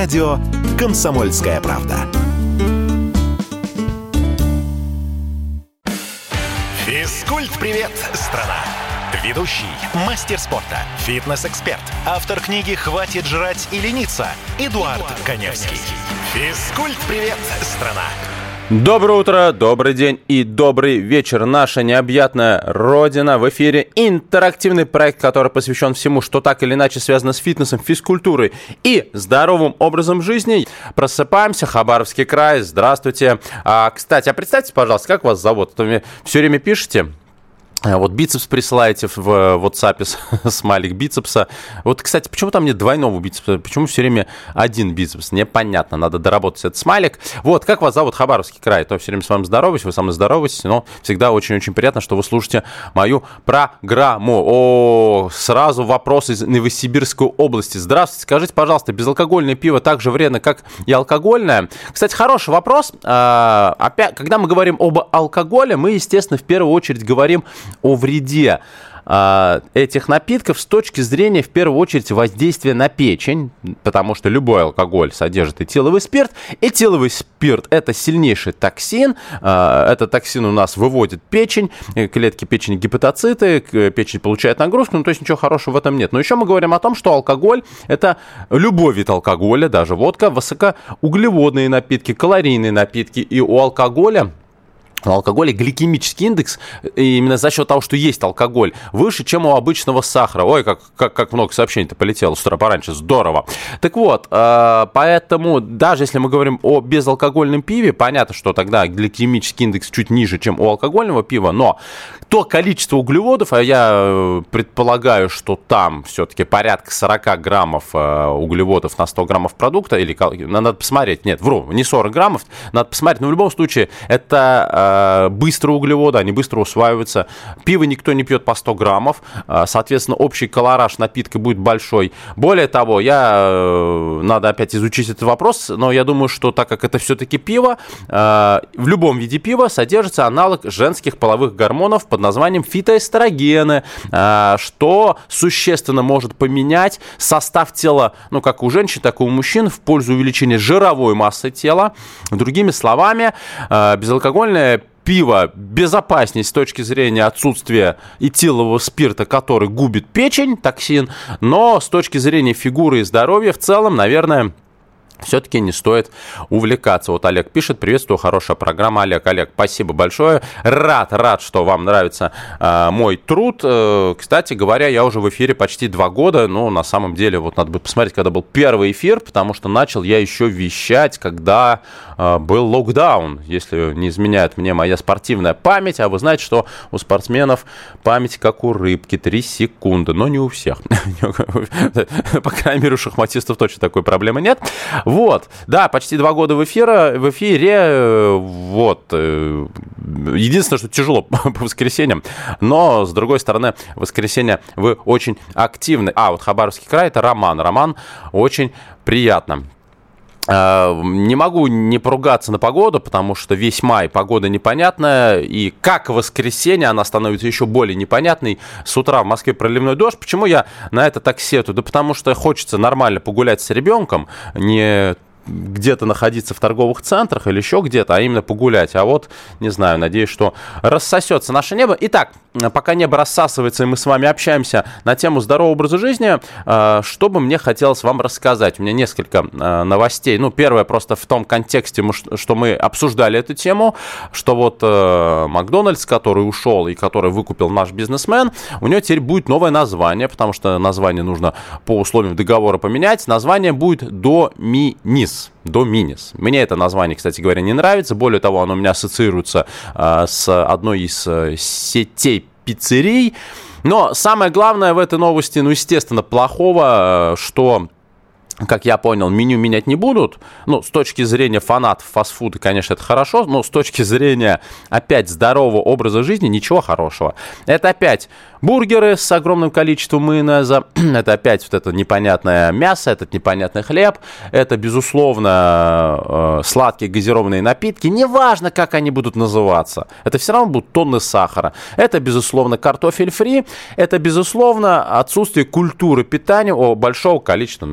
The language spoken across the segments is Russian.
радио «Комсомольская правда». Физкульт-привет, страна! Ведущий, мастер спорта, фитнес-эксперт, автор книги «Хватит жрать и лениться» Эдуард Коневский. Физкульт-привет, страна! Доброе утро, добрый день и добрый вечер. Наша необъятная родина. В эфире интерактивный проект, который посвящен всему, что так или иначе связано с фитнесом, физкультурой и здоровым образом жизни. Просыпаемся, Хабаровский край, здравствуйте. Кстати, представьте, пожалуйста, как вас зовут? А то мне все время пишете. Вот бицепс присылаете в WhatsApp, смайлик бицепса. Вот, кстати, почему там нет двойного бицепса? Почему все время один бицепс? Непонятно, надо доработать этот смайлик. Вот, как вас зовут, Хабаровский край? То все время с вами здороваюсь, вы со мной здороваетесь, но всегда очень-очень приятно, что вы слушаете мою программу. Сразу вопрос из Новосибирской области. Здравствуйте, скажите, пожалуйста, безалкогольное пиво так же вредно, как и алкогольное? Кстати, хороший вопрос. Опять, когда мы говорим об алкоголе, мы, естественно, в первую очередь говорим о вреде этих напитков с точки зрения, в первую очередь, воздействия на печень, потому что любой алкоголь содержит этиловый спирт. Этиловый спирт – это сильнейший токсин. Этот токсин у нас выводит печень, клетки печени гепатоциты, печень получает нагрузку, то есть ничего хорошего в этом нет. Но еще мы говорим о том, что алкоголь – это любой вид алкоголя, даже водка, высокоуглеводные напитки, калорийные напитки, и у алкоголя гликемический индекс, именно за счет того, что есть алкоголь, выше, чем у обычного сахара. Ой, как много сообщений-то полетело с утра пораньше, здорово. Так вот, поэтому даже если мы говорим о безалкогольном пиве, понятно, что тогда гликемический индекс чуть ниже, чем у алкогольного пива, но то количество углеводов, а я предполагаю, что там все-таки порядка 40 граммов углеводов на 100 граммов продукта, или надо посмотреть, нет, вру, не 40 граммов, надо посмотреть, но в любом случае это быстрые углеводы, они быстро усваиваются. Пиво никто не пьет по 100 граммов, соответственно, общий колораж напитка будет большой. Более того, надо опять изучить этот вопрос, но я думаю, что так как это все-таки пиво, в любом виде пива содержится аналог женских половых гормонов под названием фитоэстрогены, что существенно может поменять состав тела, как у женщин, так и у мужчин, в пользу увеличения жировой массы тела. Другими словами, безалкогольное пиво безопаснее с точки зрения отсутствия этилового спирта, который губит печень, токсин, но с точки зрения фигуры и здоровья в целом, наверное, все-таки не стоит увлекаться. Вот Олег пишет: приветствую, хорошая программа. Олег, спасибо большое. Рад, что вам нравится мой труд. Кстати говоря, я уже в эфире почти 2 года. Но на самом деле, вот надо бы посмотреть, когда был первый эфир, потому что начал я еще вещать, когда был локдаун, если не изменяет мне моя спортивная память. А вы знаете, что у спортсменов память как у рыбки, 3 секунды, но не у всех. По крайней мере, у шахматистов точно такой проблемы нет. Вот, да, почти 2 года в эфире, вот, единственное, что тяжело по воскресеньям, но, с другой стороны, в воскресенье вы очень активны. Вот Хабаровский край, это Роман, очень приятно. Не могу не поругаться на погоду, потому что весь май погода непонятная, и как в воскресенье она становится еще более непонятной. С утра в Москве проливной дождь. Почему я на это так сетую? Да потому что хочется нормально погулять с ребенком, не где-то находиться в торговых центрах или еще где-то, а именно погулять. А вот, не знаю, надеюсь, что рассосется наше небо. Итак, пока небо рассасывается, и мы с вами общаемся на тему здорового образа жизни, что бы мне хотелось вам рассказать. У меня несколько новостей. Первое просто в том контексте, что мы обсуждали эту тему, что вот Макдональдс, который ушел и который выкупил наш бизнесмен, у него теперь будет новое название, потому что название нужно по условиям договора поменять. Название будет Доминис. Мне это название, кстати говоря, не нравится. Более того, оно у меня ассоциируется с одной из сетей пиццерий. Но самое главное в этой новости, естественно, плохого, что, как я понял, меню менять не будут. С точки зрения фанатов фастфуда, конечно, это хорошо, но с точки зрения, опять, здорового образа жизни, ничего хорошего. Это опять бургеры с огромным количеством майонеза, это опять вот это непонятное мясо, этот непонятный хлеб, это, безусловно, сладкие газированные напитки, неважно, как они будут называться, это все равно будут тонны сахара, это, безусловно, картофель фри, это, безусловно, отсутствие культуры питания у большого количества населения,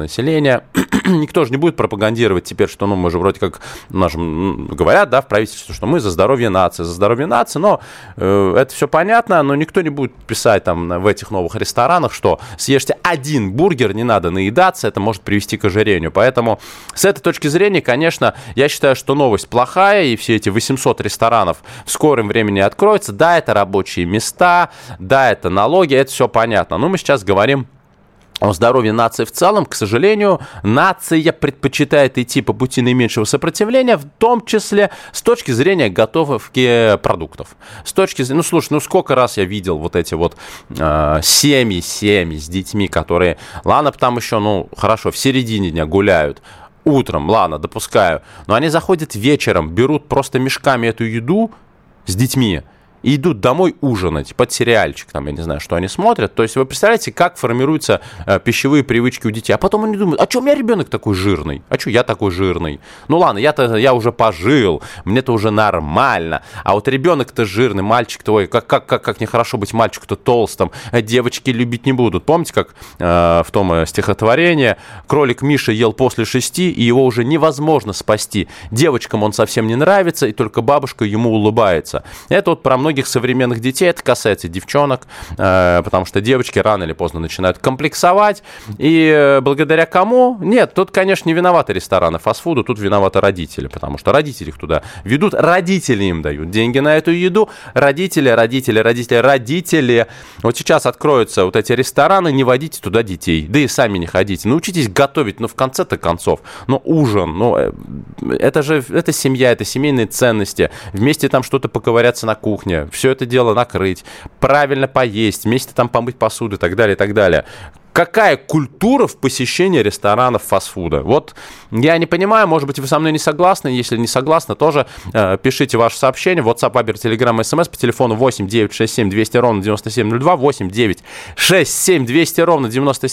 зрения, никто же не будет пропагандировать теперь, что, мы же вроде как, говорят, да, в правительстве, что мы за здоровье нации, но это все понятно, но никто не будет писать там в этих новых ресторанах, что съешьте один бургер, не надо наедаться, это может привести к ожирению. Поэтому с этой точки зрения, конечно, я считаю, что новость плохая, и все эти 800 ресторанов в скором времени откроются. Да, это рабочие места, да, это налоги, это все понятно. Но мы сейчас говорим о здоровье нации в целом. К сожалению, нация предпочитает идти по пути наименьшего сопротивления, в том числе с точки зрения готовки продуктов. С точки зрения, слушай, сколько раз я видел вот эти вот семьи с детьми, которые, ладно, там еще, хорошо, в середине дня гуляют, утром, ладно, допускаю, но они заходят вечером, берут просто мешками эту еду с детьми и идут домой ужинать под сериальчик, там, я не знаю, что они смотрят. То есть вы представляете, как формируются пищевые привычки у детей. А потом они думают, а что у меня ребенок такой жирный? А что я такой жирный? Ладно, я уже пожил, мне-то уже нормально. А вот ребенок-то жирный, мальчик-то, ой, как нехорошо быть мальчику-то толстым. Девочки любить не будут. Помните, как в том стихотворении кролик Миша ел после 6, и его уже невозможно спасти. Девочкам он совсем не нравится, и только бабушка ему улыбается. Это вот про многих современных детей, это касается девчонок, потому что девочки рано или поздно начинают комплексовать, и благодаря кому? Нет, тут, конечно, не виноваты рестораны фастфуда, тут виноваты родители, потому что родители их туда ведут, родители им дают деньги на эту еду, родители. Вот сейчас откроются вот эти рестораны, не водите туда детей, да и сами не ходите, научитесь готовить, в конце-то концов, ужин, это семья, это семейные ценности, вместе там что-то поковыряться на кухне, все это дело накрыть, правильно поесть, вместе там помыть посуду и так далее, и так далее. Какая культура в посещении ресторанов фастфуда? Вот я не понимаю, может быть, вы со мной не согласны. Если не согласны, тоже пишите ваши сообщения. WhatsApp, Viber, Telegram, SMS по телефону 8 967 200 ровно 9702, 8 967 200 ровно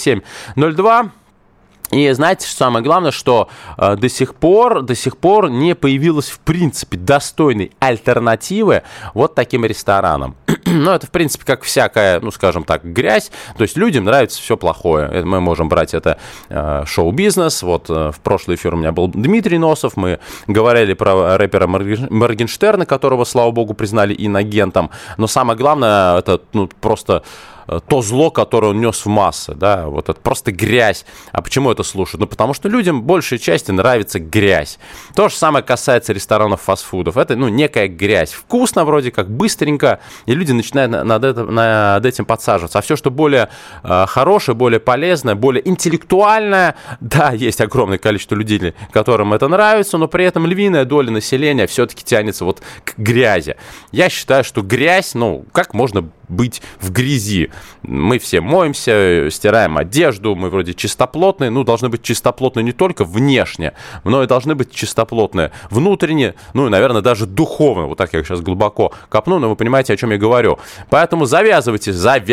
9702. И знаете, что самое главное, что до сих пор не появилось, в принципе, достойной альтернативы вот таким ресторанам. Это, в принципе, как всякая, скажем так, грязь. То есть людям нравится все плохое. Мы можем брать это шоу-бизнес. Вот в прошлый эфир у меня был Дмитрий Носов. Мы говорили про рэпера Моргенштерна, которого, слава богу, признали инагентом. Но самое главное, это просто то зло, которое он нес в массы, да, вот это просто грязь. А почему это слушают? Потому что людям большей части нравится грязь. То же самое касается ресторанов фастфудов. Это, некая грязь. Вкусно вроде как, быстренько, и люди начинают над этим подсаживаться. А все, что более хорошее, более полезное, более интеллектуальное, да, есть огромное количество людей, которым это нравится, но при этом львиная доля населения все-таки тянется вот к грязи. Я считаю, что грязь, как можно быть в грязи? Мы все моемся, стираем одежду, мы вроде чистоплотные, должны быть чистоплотные не только внешне, но и должны быть чистоплотные внутренне, и, наверное, даже духовно. Вот так я сейчас глубоко копну, но вы понимаете, о чем я говорю. Поэтому завязывайте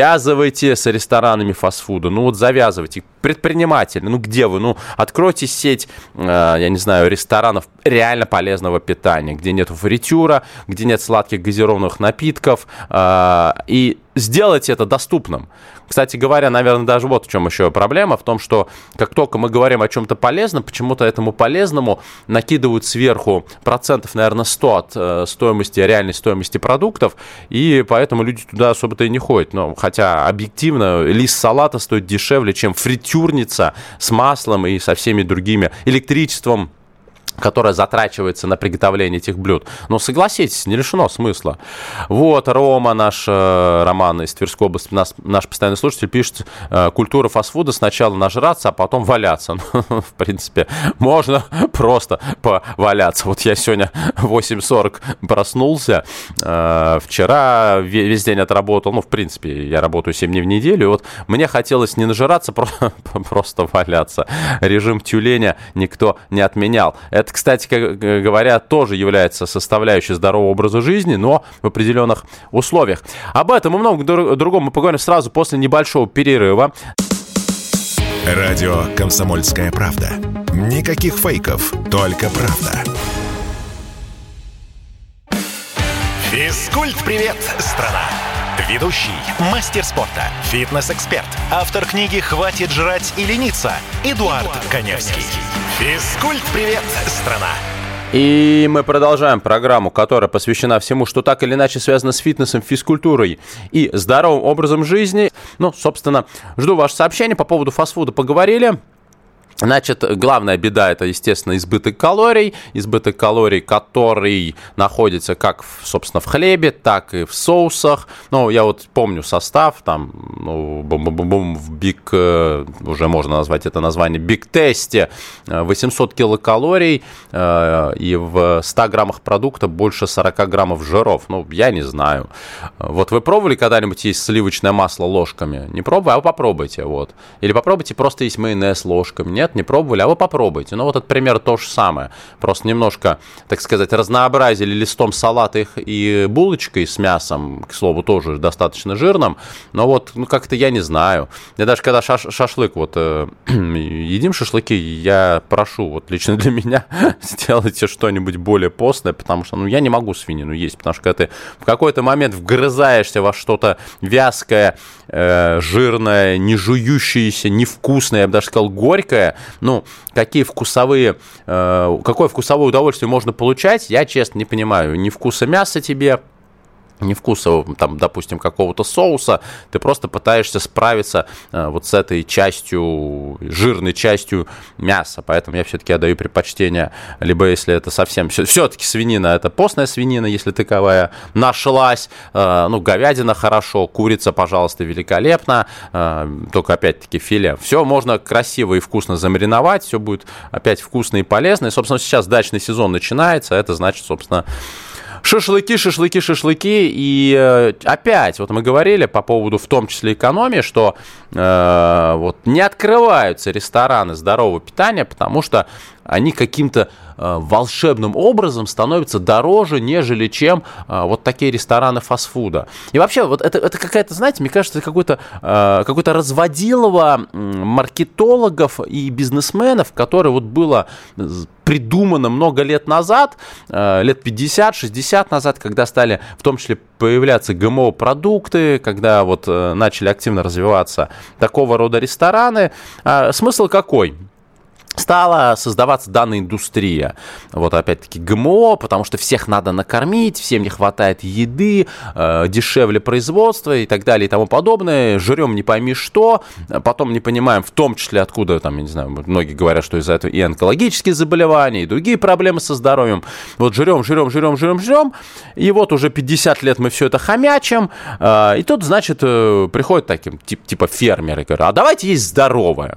с ресторанами фастфуда, завязывайте. Предприниматели, где вы? Откройте сеть, я не знаю, ресторанов реально полезного питания, где нет фритюра, где нет сладких газированных напитков, и сделайте это доступным. Кстати говоря, наверное, даже вот в чем еще проблема, в том, что как только мы говорим о чем-то полезном, почему-то этому полезному накидывают сверху процентов, наверное, 100 от реальной стоимости продуктов, и поэтому люди туда особо-то и не ходят. Хотя объективно лист салата стоит дешевле, чем фритюрница с маслом и со всеми другими, электричеством, которая затрачивается на приготовление этих блюд. Но согласитесь, не лишено смысла. Вот, Рома, Роман из Тверской области, наш постоянный слушатель, пишет: культура фастфуда сначала нажраться, а потом валяться. В принципе, можно просто поваляться. Вот я сегодня в 8:40 проснулся, вчера весь день отработал, в принципе, я работаю 7 дней в неделю, и вот мне хотелось не нажираться, просто валяться. Режим тюленя никто не отменял. Это, кстати говоря, тоже является составляющей здорового образа жизни, но в определенных условиях. Об этом и многом другом мы поговорим сразу после небольшого перерыва. Радио «Комсомольская правда». Никаких фейков, только правда. Физкульт-привет, страна! Ведущий, мастер спорта, фитнес-эксперт, автор книги «Хватит жрать и лениться» Эдуард Коневский. Физкульт-привет, страна! И мы продолжаем программу, которая посвящена всему, что так или иначе связано с фитнесом, физкультурой и здоровым образом жизни. Ну, собственно, жду ваше сообщение по поводу фастфуда. Поговорили. Значит, главная беда – это, естественно, избыток калорий, который находится как, собственно, в хлебе, так и в соусах. Ну, я вот помню состав, там, в Биг, уже можно назвать это название, Биг Тесте, 800 килокалорий, и в 100 граммах продукта больше 40 граммов жиров. Ну, я не знаю. Вот вы пробовали когда-нибудь есть сливочное масло ложками? Не пробовали, а вы попробуйте, вот. Или попробуйте просто есть майонез ложками. Нет, не пробовали, а вы попробуйте. Ну, вот этот пример то же самое. Просто немножко, так сказать, разнообразили листом салата их и булочкой с мясом, к слову, тоже достаточно жирным. Но вот, ну, как-то я не знаю. Я даже когда шашлык, вот, едим шашлыки, я прошу, вот, лично для меня, сделайте что-нибудь более постное, потому что, ну, я не могу свинину есть, потому что когда ты в какой-то момент вгрызаешься во что-то вязкое, жирное, не жующееся, невкусное, я бы даже сказал, горькое. Ну, какое вкусовое удовольствие можно получать, я, честно, не понимаю. Ни вкуса мяса тебе, ни вкуса, там, допустим, какого-то соуса. Ты просто пытаешься справиться вот с этой частью, жирной частью мяса. Поэтому я все-таки отдаю предпочтение, либо если это совсем... Все-таки свинина, это постная свинина, если таковая нашлась. Ну, говядина хорошо, курица, пожалуйста, великолепно. Только, опять-таки, филе. Все можно красиво и вкусно замариновать, все будет опять вкусно и полезно. И, собственно, сейчас дачный сезон начинается. Это значит, собственно... Шашлыки. И опять, вот мы говорили по поводу, в том числе, экономии, что вот не открываются рестораны здорового питания, потому что они каким-то волшебным образом становятся дороже, нежели чем вот такие рестораны фастфуда. И вообще, вот это какая-то, знаете, мне кажется, это какое-то разводилово маркетологов и бизнесменов, которое вот было придумано много лет назад, лет 50-60 назад, когда стали в том числе появляться ГМО-продукты, когда вот начали активно развиваться такого рода рестораны. Смысл какой? Стала создаваться данная индустрия. Вот опять-таки ГМО, потому что всех надо накормить, всем не хватает еды, дешевле производство и так далее и тому подобное. Жрем не пойми что, потом не понимаем в том числе откуда, там, я не знаю, многие говорят, что из-за этого и онкологические заболевания, и другие проблемы со здоровьем. Вот жрем, и вот уже 50 лет мы все это хомячим, и тут, значит, приходят таким, типа фермеры, и говорят, а давайте есть здоровое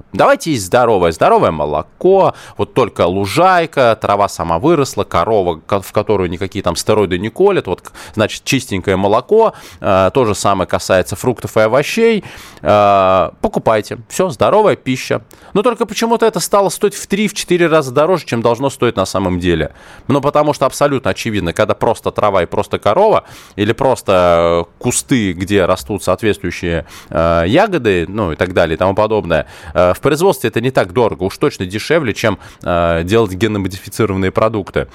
молоко, вот только лужайка, трава сама выросла, корова, в которую никакие там стероиды не колят, вот, значит, чистенькое молоко, то же самое касается фруктов и овощей, покупайте, все, здоровая пища. Но только почему-то это стало стоить в 3-4 раза дороже, чем должно стоить на самом деле. Ну, потому что абсолютно очевидно, когда просто трава и просто корова, или просто кусты, где растут соответствующие ягоды, ну, и так далее, и тому подобное, в производстве это не так дорого, уж точно дешевле, чем делать генно-модифицированные продукты.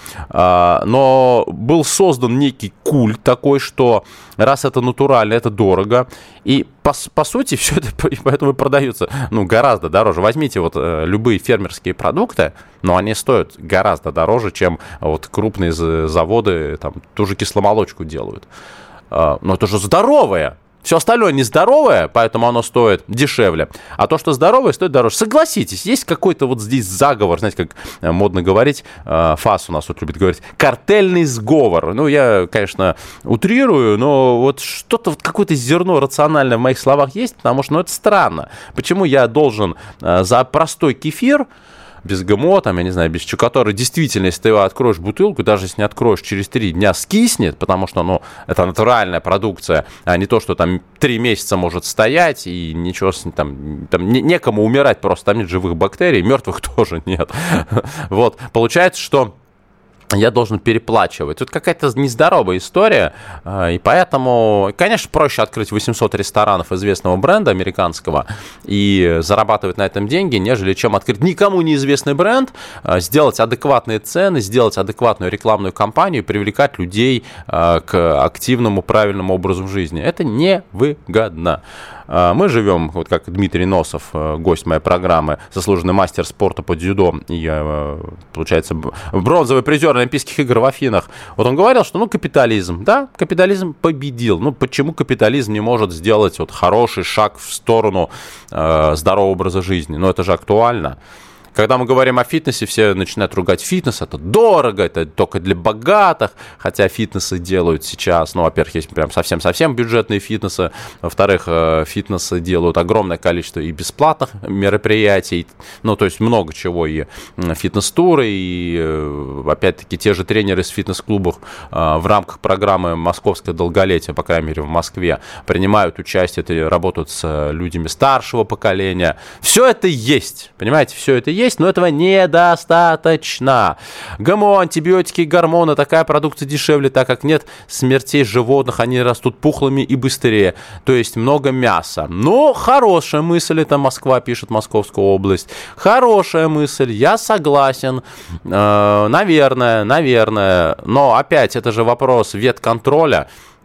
Но был создан некий культ такой, что раз это натурально, это дорого. И по сути все это поэтому и продается гораздо дороже. Возьмите вот любые фермерские продукты, но они стоят гораздо дороже, чем вот крупные заводы там ту же кисломолочку делают. Но это же здоровое. Все остальное нездоровое, поэтому оно стоит дешевле. А то, что здоровое, стоит дороже. Согласитесь, есть какой-то вот здесь заговор, знаете, как модно говорить, ФАС у нас вот любит говорить, картельный сговор. Ну, я, конечно, утрирую, но вот что-то, вот какое-то зерно рациональное в моих словах есть, потому что, это странно. Почему я должен за простой кефир, без ГМО, там, я не знаю, без который действительно, если ты его откроешь бутылку, даже если не откроешь, через 3 дня скиснет, потому что, это натуральная продукция, а не то, что там 3 месяца может стоять, и ничего, там некому умирать просто, там нет живых бактерий, мертвых тоже нет. Вот, получается, что я должен переплачивать. Тут какая-то нездоровая история, и поэтому, конечно, проще открыть 800 ресторанов известного бренда американского и зарабатывать на этом деньги, нежели чем открыть никому неизвестный бренд, сделать адекватные цены, сделать адекватную рекламную кампанию, привлекать людей к активному, правильному образу жизни. Это невыгодно. Мы живем, вот как Дмитрий Носов, гость моей программы, заслуженный мастер спорта по дзюдо и, получается, бронзовый призер Олимпийских игр в Афинах. Вот он говорил, что, капитализм, да, капитализм победил. Почему капитализм не может сделать вот хороший шаг в сторону здорового образа жизни? Это же актуально. Когда мы говорим о фитнесе, все начинают ругать фитнес, это дорого, это только для богатых, хотя фитнесы делают сейчас, во-первых, есть прям совсем-совсем бюджетные фитнесы, во-вторых, фитнесы делают огромное количество и бесплатных мероприятий, то есть много чего, и фитнес-туры, и, опять-таки, те же тренеры из фитнес-клубов в рамках программы «Московское долголетие», по крайней мере, в Москве, принимают участие, работают с людьми старшего поколения. Все это есть, понимаете, все это есть. Но этого недостаточно. ГМО, антибиотики, гормоны, такая продукция дешевле, так как нет смертей животных, они растут пухлыми и быстрее. То есть много мяса. Хорошая мысль, это Москва пишет, Московская область. Хорошая мысль, я согласен. Наверное. Но опять, это же вопрос ветконтроля.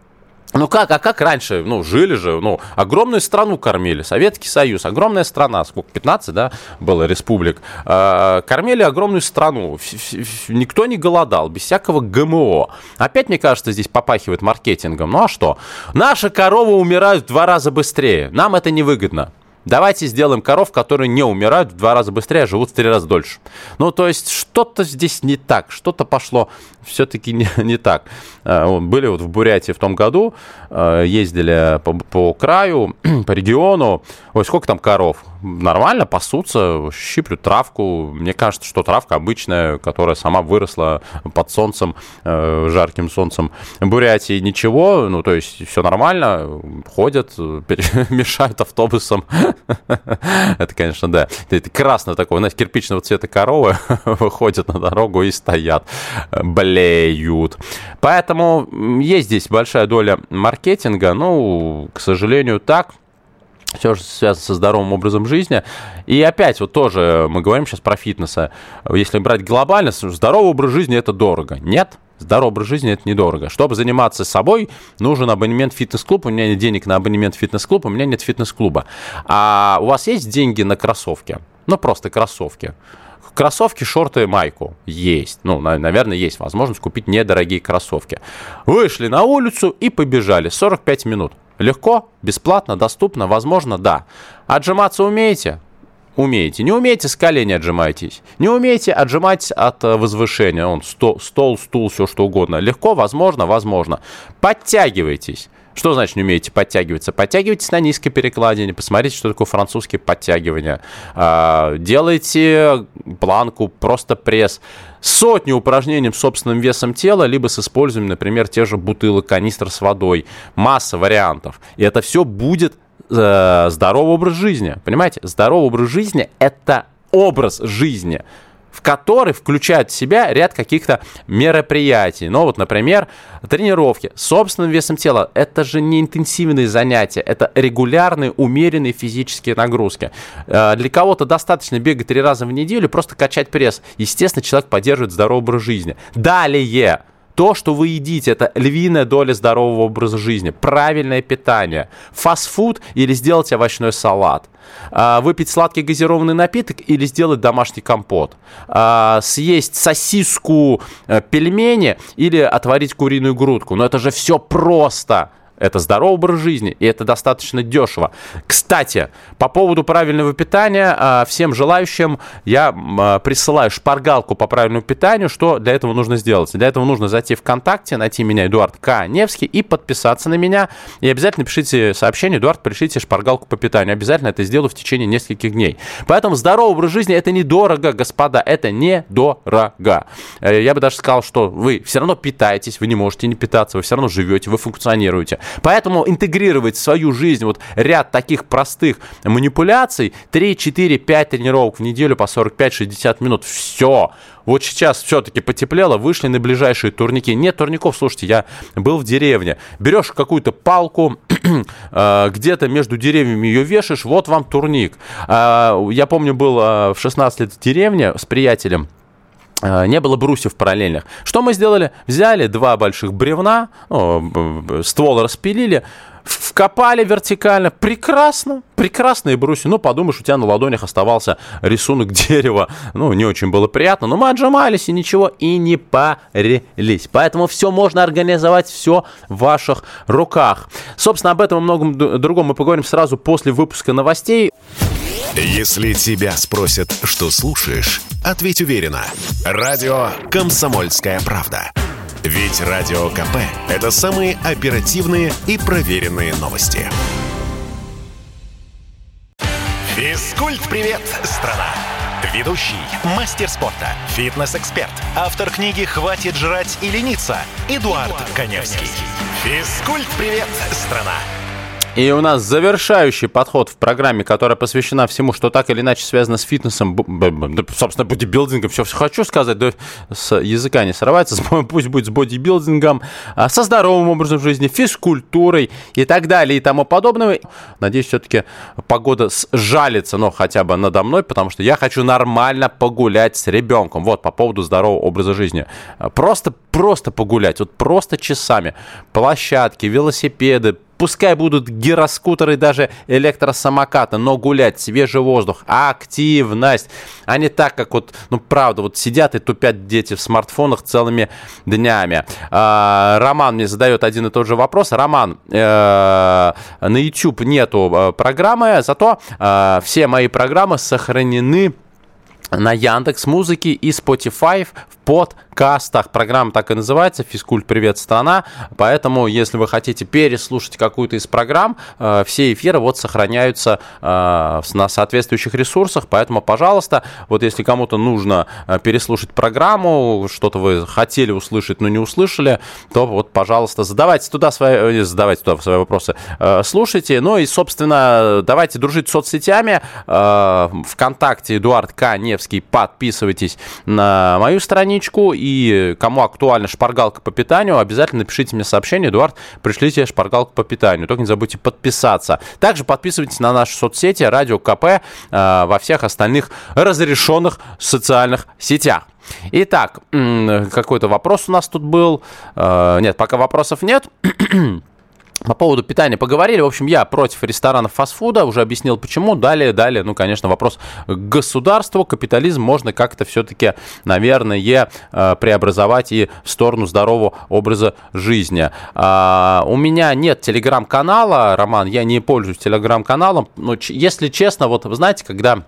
Как раньше, жили же, огромную страну кормили, Советский Союз, огромная страна, сколько, 15, да, было республик, кормили огромную страну, никто не голодал, без всякого ГМО. Опять, мне кажется, здесь попахивает маркетингом, а что? Наши коровы умирают в 2 раза быстрее, нам это невыгодно. Давайте сделаем коров, которые не умирают в 2 раза быстрее, а живут в 3 раза дольше. То есть что-то здесь не так, что-то пошло все-таки не так. Были в Бурятии в том году, ездили по краю, по региону. Сколько там коров? Нормально, пасутся, щиплют травку. Мне кажется, что травка обычная, которая сама выросла под солнцем, жарким солнцем Бурятии. Ничего, то есть все нормально, ходят, мешают автобусам. Это, конечно, да. Это красное такое, кирпичного цвета коровы выходят на дорогу и стоят, блеют. Поэтому есть здесь большая доля маркетинга. К сожалению, так. Все же связано со здоровым образом жизни. И опять, тоже мы говорим сейчас про фитнес. Если брать глобально, здоровый образ жизни – это дорого. Нет. Здоровый образ жизни – это недорого. Чтобы заниматься собой, нужен абонемент в фитнес-клуб. У меня нет денег на абонемент в фитнес-клуб, у меня нет фитнес-клуба. А у вас есть деньги на кроссовки? Просто кроссовки. Кроссовки, шорты, майку. Есть. Наверное, есть возможность купить недорогие кроссовки. Вышли на улицу и побежали. 45 минут. Легко, бесплатно, доступно? Возможно, да. Отжиматься умеете? Умеете. Не умеете, с колени отжимайтесь. Не умеете, отжимайтесь от возвышения. Стол, стул, все что угодно. Легко, возможно, возможно. Подтягивайтесь. Что значит не умеете подтягиваться? Подтягивайтесь на низкой перекладине. Посмотрите, что такое французские подтягивания. Делайте планку, просто пресс. Сотни упражнений с собственным весом тела, либо с использованием, например, тех же бутылок, канистр с водой. Масса вариантов. И это все будет здоровый образ жизни. Понимаете? Здоровый образ жизни – это образ жизни, в который включает в себя ряд каких-то мероприятий. Например, тренировки с собственным весом тела. Это же не интенсивные занятия, это регулярные, умеренные физические нагрузки. Для кого-то достаточно бегать 3 раза в неделю, просто качать пресс. Естественно, человек поддерживает здоровый образ жизни. Далее. То, что вы едите, это львиная доля здорового образа жизни. Правильное питание. Фастфуд или сделать овощной салат. Выпить сладкий газированный напиток или сделать домашний компот. Съесть сосиску, пельмени или отварить куриную грудку. Но это же все просто. Это здоровый образ жизни, и это достаточно дешево. Кстати, по поводу правильного питания, всем желающим я присылаю шпаргалку по правильному питанию. Что для этого нужно сделать? Для этого нужно зайти в ВКонтакте, найти меня, Эдуард К. Невский, и подписаться на меня. И обязательно пишите сообщение: Эдуард, пришлите шпаргалку по питанию. Обязательно это сделаю в течение нескольких дней. Поэтому здоровый образ жизни – это недорого, господа, это недорого. Я бы даже сказал, что вы все равно питаетесь, вы не можете не питаться, вы все равно живете, вы функционируете. Поэтому интегрировать в свою жизнь вот ряд таких простых манипуляций, 3, 4, 5 тренировок в неделю по 45-60 минут, все. Вот сейчас все-таки потеплело, вышли на ближайшие турники. Нет турников, слушайте, я был в деревне. Берешь какую-то палку, где-то между деревьями ее вешаешь, вот вам турник. Я помню, был в 16 лет в деревне с приятелем. Не было брусьев параллельных. Что мы сделали? Взяли 2 больших бревна, ствол распилили, вкопали вертикально. Прекрасно. Прекрасные брусья. Подумаешь, у тебя на ладонях оставался рисунок дерева. Не очень было приятно. Но мы отжимались и ничего, и не парились. Поэтому все можно организовать, все в ваших руках. Собственно, об этом и многом другом мы поговорим сразу после выпуска новостей. Если тебя спросят, что слушаешь, ответь уверенно. Радио «Комсомольская правда». Ведь Радио КП – это самые оперативные и проверенные новости. Физкульт-привет, страна! Ведущий, мастер спорта, фитнес-эксперт, автор книги «Хватит жрать и лениться» Эдуард Коневский. Физкульт-привет, страна! И у нас завершающий подход в программе, которая посвящена всему, что так или иначе связано с фитнесом, собственно, бодибилдингом, все хочу сказать, да, с языка не срывается, пусть будет с бодибилдингом, со здоровым образом жизни, физкультурой и так далее и тому подобное. Надеюсь, все-таки погода сжалится, хотя бы надо мной, потому что я хочу нормально погулять с ребенком. Вот, по поводу здорового образа жизни. Просто погулять, просто часами. Площадки, велосипеды, пускай будут гироскутеры, даже электросамокаты, но гулять, свежий воздух, активность. А не так, как правда, сидят и тупят дети в смартфонах целыми днями. Роман мне задает один и тот же вопрос. Роман, на YouTube нету программы, зато все мои программы сохранены на Яндекс.Музыке и Spotify в подкастах. Программа так и называется «Физкульт-привет, страна». Поэтому, если вы хотите переслушать какую-то из программ, все эфиры сохраняются на соответствующих ресурсах. Поэтому, пожалуйста, если кому-то нужно переслушать программу, что-то вы хотели услышать, но не услышали, то пожалуйста, задавайте туда свои вопросы, слушайте. И, собственно, давайте дружить с соцсетями. ВКонтакте Эдуард Коневский. Подписывайтесь на мою страничку. И кому актуальна шпаргалка по питанию, обязательно напишите мне сообщение: Эдуард, пришлите шпаргалку по питанию. Только не забудьте подписаться. Также подписывайтесь на наши соцсети Радио КП во всех остальных разрешенных социальных сетях. Итак, какой-то вопрос у нас тут был. Нет, пока вопросов нет. По поводу питания поговорили. В общем, я против ресторанов фастфуда. Уже объяснил, почему. Далее, конечно, вопрос к государству. Капитализм можно как-то все-таки, наверное, преобразовать и в сторону здорового образа жизни. У меня нет телеграм-канала, Роман, я не пользуюсь телеграм-каналом. Но, если честно, вы знаете, когда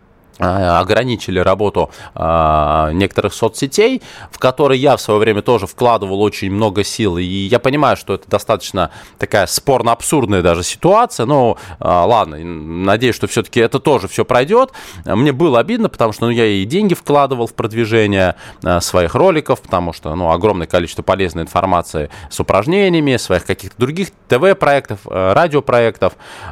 ограничили работу некоторых соцсетей, в которые я в свое время тоже вкладывал очень много сил. И я понимаю, что это достаточно такая спорно-абсурдная даже ситуация. Но ладно, надеюсь, что все-таки это тоже все пройдет. Мне было обидно, потому что я и деньги вкладывал в продвижение своих роликов, потому что огромное количество полезной информации с упражнениями, своих каких-то других ТВ-проектов, радиопроектов.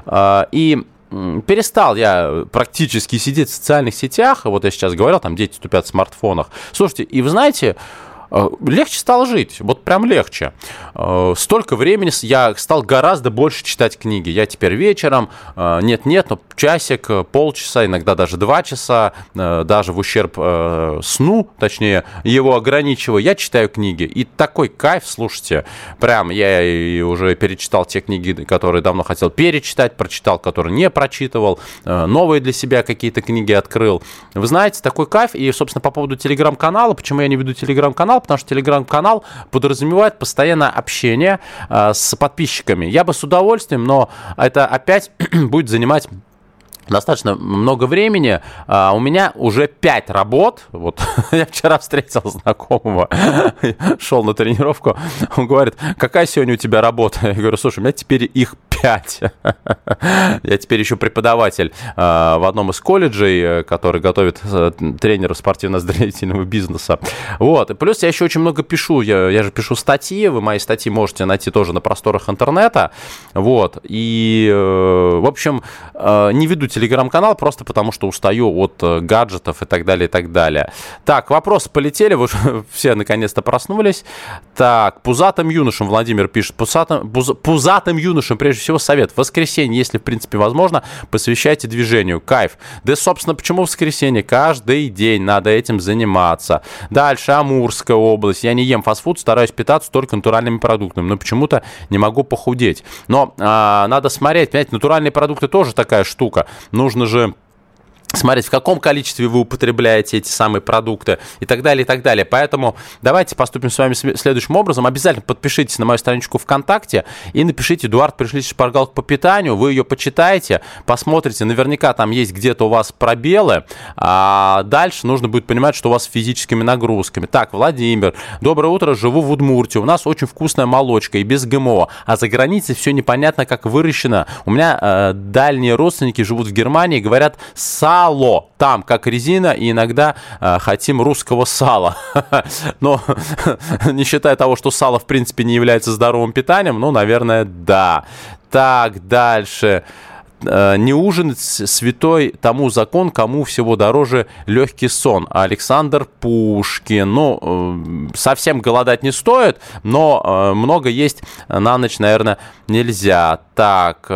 И перестал я практически сидеть в социальных сетях. Я сейчас говорил, там дети тупят в смартфонах. Слушайте, и вы знаете, легче стало жить, прям легче. Столько времени я стал гораздо больше читать книги. Я теперь вечером, часик, полчаса, иногда даже 2 часа, даже в ущерб сну, точнее, его ограничиваю, я читаю книги. И такой кайф, слушайте, прям я и уже перечитал те книги, которые давно хотел перечитать, прочитал, которые не прочитывал, новые для себя какие-то книги открыл. Вы знаете, такой кайф. И, собственно, по поводу телеграм-канала, почему я не веду телеграм-канал? Потому что телеграм-канал подразумевает постоянное общение с подписчиками. Я бы с удовольствием, но это опять будет занимать достаточно много времени. У меня уже 5 работ. Я вчера встретил знакомого, шел на тренировку. Он говорит: какая сегодня у тебя работа? Я говорю: слушай, у меня теперь их 5. обучать. Я теперь еще преподаватель в одном из колледжей, который готовит тренеров спортивно-оздоровительного бизнеса. Вот. И плюс я еще очень много пишу. Я же пишу статьи. Вы мои статьи можете найти тоже на просторах интернета. Вот. И, в общем, не веду телеграм-канал просто потому, что устаю от гаджетов и так далее, и так далее. Так, вопросы полетели. Вы все наконец-то проснулись. Так, пузатым юношам, Владимир пишет, пузатым юношам, прежде всего, совет. В воскресенье, если, в принципе, возможно, посвящайте движению. Кайф. Да, собственно, почему в воскресенье? Каждый день надо этим заниматься. Дальше, Амурская область. Я не ем фастфуд, стараюсь питаться только натуральными продуктами, но почему-то не могу похудеть. Но надо смотреть, понимаете, натуральные продукты тоже такая штука. Нужно же смотреть, в каком количестве вы употребляете эти самые продукты и так далее, и так далее. Поэтому давайте поступим с вами следующим образом. Обязательно подпишитесь на мою страничку ВКонтакте и напишите: Эдуард, пришлите шпаргалку по питанию. Вы ее почитаете, посмотрите. Наверняка там есть где-то у вас пробелы. А дальше нужно будет понимать, что у вас с физическими нагрузками. Так, Владимир, доброе утро, живу в Удмуртии. У нас очень вкусная молочка и без ГМО. А за границей все непонятно, как выращено. У меня дальние родственники живут в Германии, говорят: сало там как резина, и иногда хотим русского сала. Но не считая того, что сало в принципе не является здоровым питанием, ну, наверное, да. Так, дальше. Не ужинать святой тому закон, кому всего дороже легкий сон. Александр Пушкин. Ну, совсем голодать не стоит, но много есть на ночь, наверное, нельзя. Так,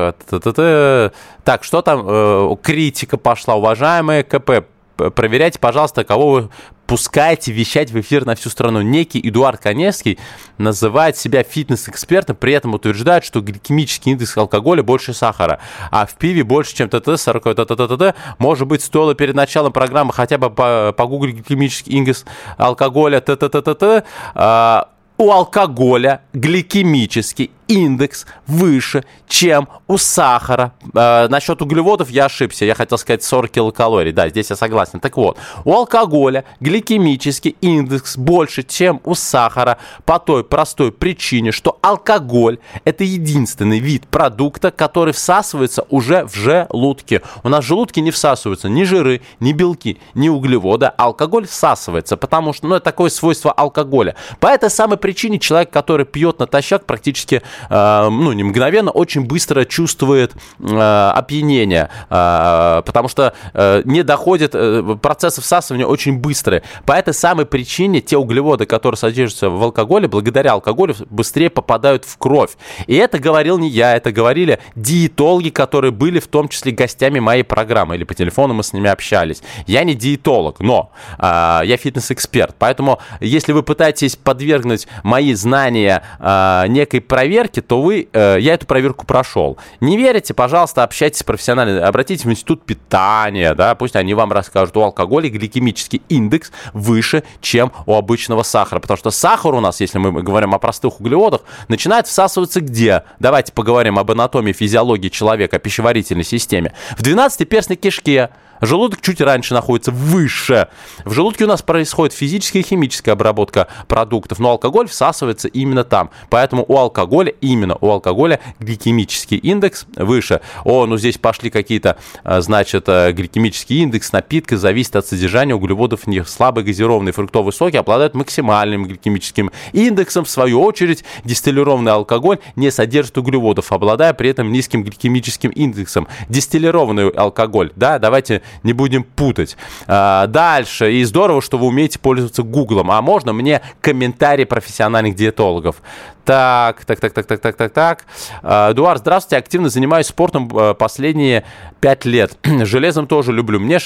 так, что там? Критика пошла. Уважаемые КП, проверяйте, пожалуйста, кого вы пускаете вещать в эфир на всю страну. Некий Эдуард Коневский называет себя фитнес-экспертом, при этом утверждает, что гликемический индекс алкоголя больше сахара, а в пиве больше, чем ТТ-40. Может быть, стоило перед началом программы хотя бы погуглить гликемический индекс алкоголя ТТ. У алкоголя гликемический индекс выше, чем у сахара. Насчет углеводов я ошибся. Я хотел сказать 40 килокалорий. Да, здесь я согласен. Так вот, у алкоголя гликемический индекс больше, чем у сахара по той простой причине, что алкоголь – это единственный вид продукта, который всасывается уже в желудке. У нас в желудке не всасываются ни жиры, ни белки, ни углеводы. Алкоголь всасывается, потому что, это такое свойство алкоголя. По этой самой причине человек, который пьет натощак, практически не мгновенно, очень быстро чувствует опьянение, потому что не доходит, процессы всасывания очень быстрые. По этой самой причине те углеводы, которые содержатся в алкоголе, благодаря алкоголю быстрее попадают в кровь. И это говорил не я, это говорили диетологи, которые были в том числе гостями моей программы, или по телефону мы с ними общались. Я не диетолог, но я фитнес-эксперт, поэтому если вы пытаетесь подвергнуть мои знания некой проверке, то я эту проверку прошел. Не верите, пожалуйста, общайтесь профессионально, обратитесь в институт питания, да, пусть они вам расскажут. У алкоголя гликемический индекс выше, чем у обычного сахара, потому что сахар у нас, если мы говорим о простых углеводах, начинает всасываться где? Давайте поговорим об анатомии, физиологии человека, о пищеварительной системе. В 12-перстной кишке. Желудок чуть раньше находится выше. В желудке у нас происходит физическая и химическая обработка продуктов, но алкоголь всасывается именно там. Поэтому у алкоголя гликемический индекс выше. Здесь пошли какие-то, гликемический индекс напитка зависит от содержания углеводов в них. Слабые газированные фруктовые соки обладают максимальным гликемическим индексом. В свою очередь, дистиллированный алкоголь не содержит углеводов, обладая при этом низким гликемическим индексом. Дистиллированный алкоголь, да, давайте не будем путать. Дальше. И здорово, что вы умеете пользоваться Гуглом. А можно мне комментарии профессиональных диетологов? Так. Эдуард, здравствуйте. Активно занимаюсь спортом последние 5 лет. Железом тоже люблю. Мне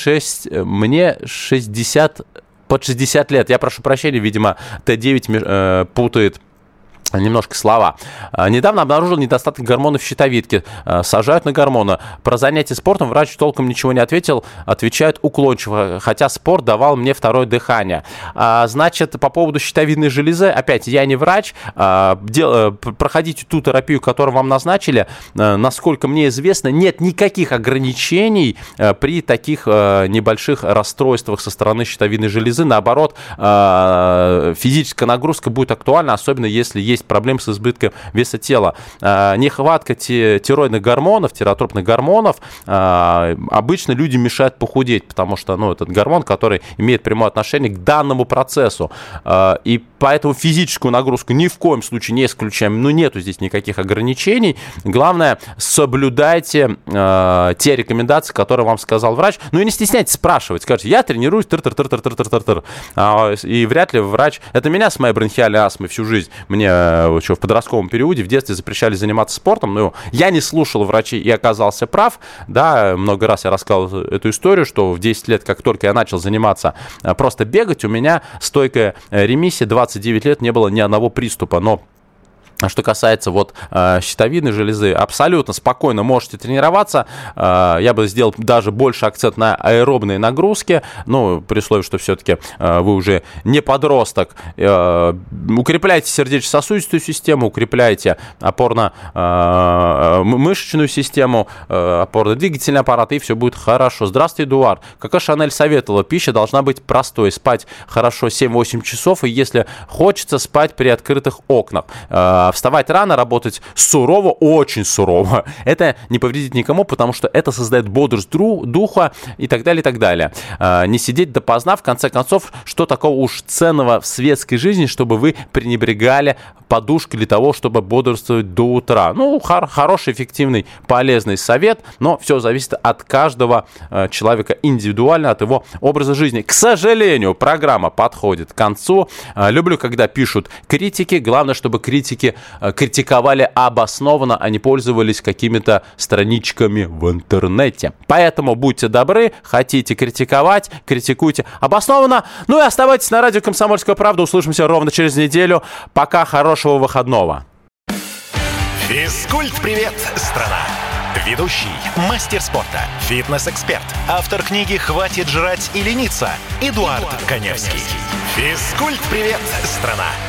60 лет. Я прошу прощения, видимо, Т9 путает немножко слова. Недавно обнаружил недостаток гормонов в щитовидке. Сажают на гормоны. Про занятия спортом врач толком ничего не ответил. Отвечают уклончиво, хотя спорт давал мне второе дыхание. По поводу щитовидной железы, опять, я не врач. Проходите ту терапию, которую вам назначили. Насколько мне известно, нет никаких ограничений при таких небольших расстройствах со стороны щитовидной железы. Наоборот, физическая нагрузка будет актуальна, особенно если есть есть проблемы с избытком веса тела. Нехватка тироидных гормонов, тиреотропных гормонов, обычно людям мешает похудеть, потому что, этот гормон, который имеет прямое отношение к данному процессу. И поэтому физическую нагрузку ни в коем случае не исключаем. Нету здесь никаких ограничений. Главное, соблюдайте те рекомендации, которые вам сказал врач. И не стесняйтесь спрашивать. Скажите, я тренируюсь, и вряд ли врач... Это меня с моей бронхиальной астмой всю жизнь. Мне еще в подростковом периоде, в детстве запрещали заниматься спортом. Но я не слушал врачей и оказался прав. Да, много раз я рассказывал эту историю, что в 10 лет, как только я начал заниматься просто бегать, у меня стойкая ремиссия, 29 лет не было ни одного приступа. Но что касается щитовидной железы, абсолютно спокойно можете тренироваться. Я бы сделал даже больше акцент на аэробные нагрузки, при условии, что все-таки вы уже не подросток. Укрепляйте сердечно-сосудистую систему, укрепляйте опорно-мышечную систему, опорно-двигательный аппарат, и все будет хорошо. Здравствуйте, Эдуард. Коко Шанель советовала, пища должна быть простой, спать хорошо 7-8 часов, и если хочется, спать при открытых окнах. Вставать рано, работать сурово, очень сурово. Это не повредит никому, потому что это создает бодрость духа и так далее, и так далее. Не сидеть допоздна, в конце концов, что такого уж ценного в светской жизни, чтобы вы пренебрегали подушкой для того, чтобы бодрствовать до утра. Хороший, эффективный, полезный совет, но все зависит от каждого человека индивидуально, от его образа жизни. К сожалению, программа подходит к концу. Люблю, когда пишут критики. Главное, чтобы критики критиковали обоснованно, а не пользовались какими-то страничками в интернете. Поэтому будьте добры, хотите критиковать, критикуйте обоснованно. И оставайтесь на радио «Комсомольская правда». Услышимся ровно через неделю. Пока, хорошего выходного. Физкульт-привет, страна! Ведущий, мастер спорта, фитнес-эксперт, автор книги «Хватит жрать и лениться» Эдуард Коневский. Физкульт-привет, страна!